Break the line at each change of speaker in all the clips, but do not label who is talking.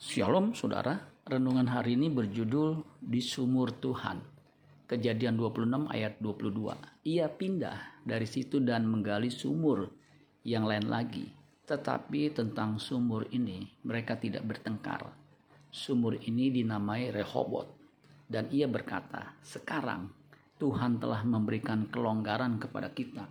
Shalom saudara, renungan hari ini berjudul Di Sumur Tuhan. Kejadian 26 ayat 22. Ia pindah dari situ dan menggali sumur yang lain lagi. Tetapi tentang sumur ini mereka tidak bertengkar. Sumur ini dinamai Rehobot. Dan ia berkata, sekarang Tuhan telah memberikan kelonggaran kepada kita,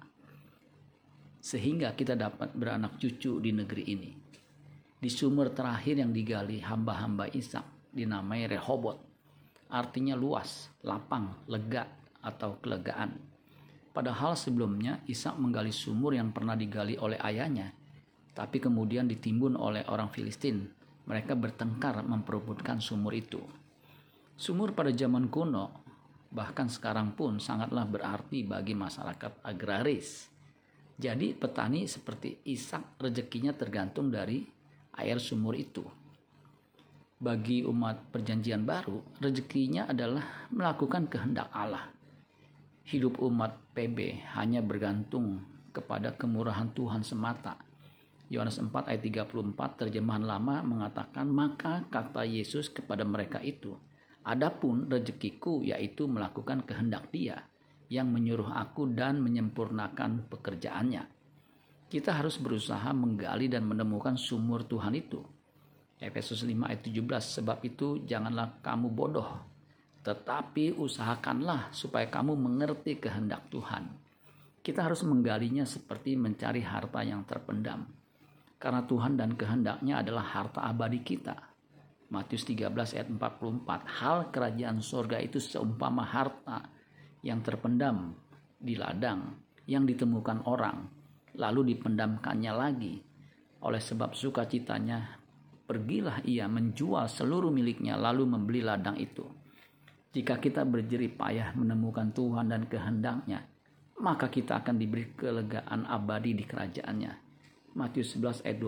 sehingga kita dapat beranak cucu di negeri ini. Di sumur terakhir yang digali hamba-hamba Ishak dinamai Rehobot, artinya luas, lapang, lega atau kelegaan. Padahal sebelumnya Ishak menggali sumur yang pernah digali oleh ayahnya, tapi kemudian ditimbun oleh orang Filistin. Mereka bertengkar memperebutkan sumur itu. Sumur pada zaman kuno, bahkan sekarang pun sangatlah berarti bagi masyarakat agraris. Jadi petani seperti Ishak rezekinya tergantung dari air sumur itu. Bagi umat perjanjian baru, rezekinya adalah melakukan kehendak Allah. Hidup umat PB hanya bergantung kepada kemurahan Tuhan semata. Yohanes 4 ayat 34 terjemahan lama mengatakan, maka kata Yesus kepada mereka itu, adapun rezekiku yaitu melakukan kehendak Dia yang menyuruh aku dan menyempurnakan pekerjaannya. Kita harus berusaha menggali dan menemukan sumur Tuhan itu. Efesus 5 ayat 17, sebab itu janganlah kamu bodoh, tetapi usahakanlah supaya kamu mengerti kehendak Tuhan. Kita harus menggalinya seperti mencari harta yang terpendam. Karena Tuhan dan kehendaknya adalah harta abadi kita. Matius 13 ayat 44, hal kerajaan sorga itu seumpama harta yang terpendam di ladang yang ditemukan orang, lalu dipendamkannya lagi. Oleh sebab sukacitanya, pergilah ia menjual seluruh miliknya lalu membeli ladang itu. Jika kita berjerih payah menemukan Tuhan dan kehendaknya, maka kita akan diberi kelegaan abadi di kerajaannya. Matius 11 ayat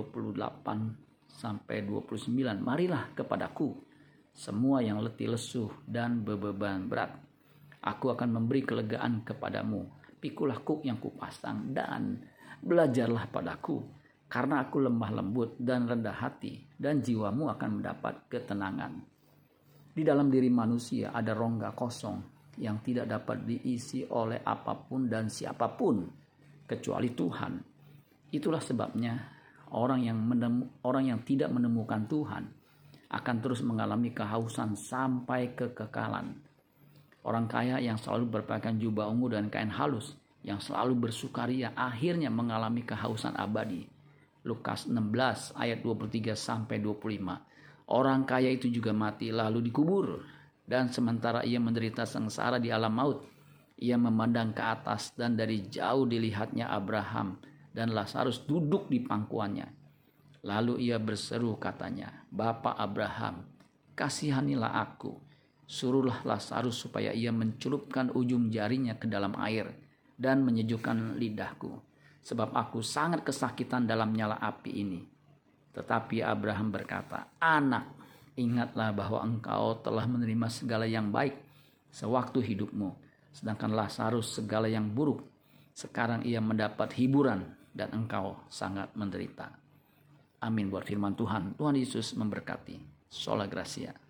28 sampai 29. Marilah kepadaku semua yang letih lesu dan bebeban berat. Aku akan memberi kelegaan kepadamu. Pikulah kuk yang kupasang dan belajarlah padaku, karena aku lemah lembut dan rendah hati, dan jiwamu akan mendapat ketenangan. Di dalam diri manusia ada rongga kosong yang tidak dapat diisi oleh apapun dan siapapun kecuali Tuhan. Itulah sebabnya orang yang tidak menemukan Tuhan akan terus mengalami kehausan sampai kekekalan. Orang kaya yang selalu berpakaian jubah ungu dan kain halus, yang selalu bersukaria, akhirnya mengalami kehausan abadi. Lukas 16 ayat 23 sampai 25. Orang kaya itu juga mati lalu dikubur, dan sementara ia menderita sengsara di alam maut, ia memandang ke atas dan dari jauh dilihatnya Abraham dan Lazarus duduk di pangkuannya. Lalu ia berseru katanya, Bapa Abraham, kasihanilah aku, suruhlah Lazarus supaya ia mencelupkan ujung jarinya ke dalam air dan menyejukkan lidahku, sebab aku sangat kesakitan dalam nyala api ini. Tetapi Abraham berkata, anak, ingatlah bahwa engkau telah menerima segala yang baik sewaktu hidupmu, sedangkan Lazarus segala yang buruk. Sekarang ia mendapat hiburan dan engkau sangat menderita. Amin buat firman Tuhan. Tuhan Yesus memberkati. Sola Gracia.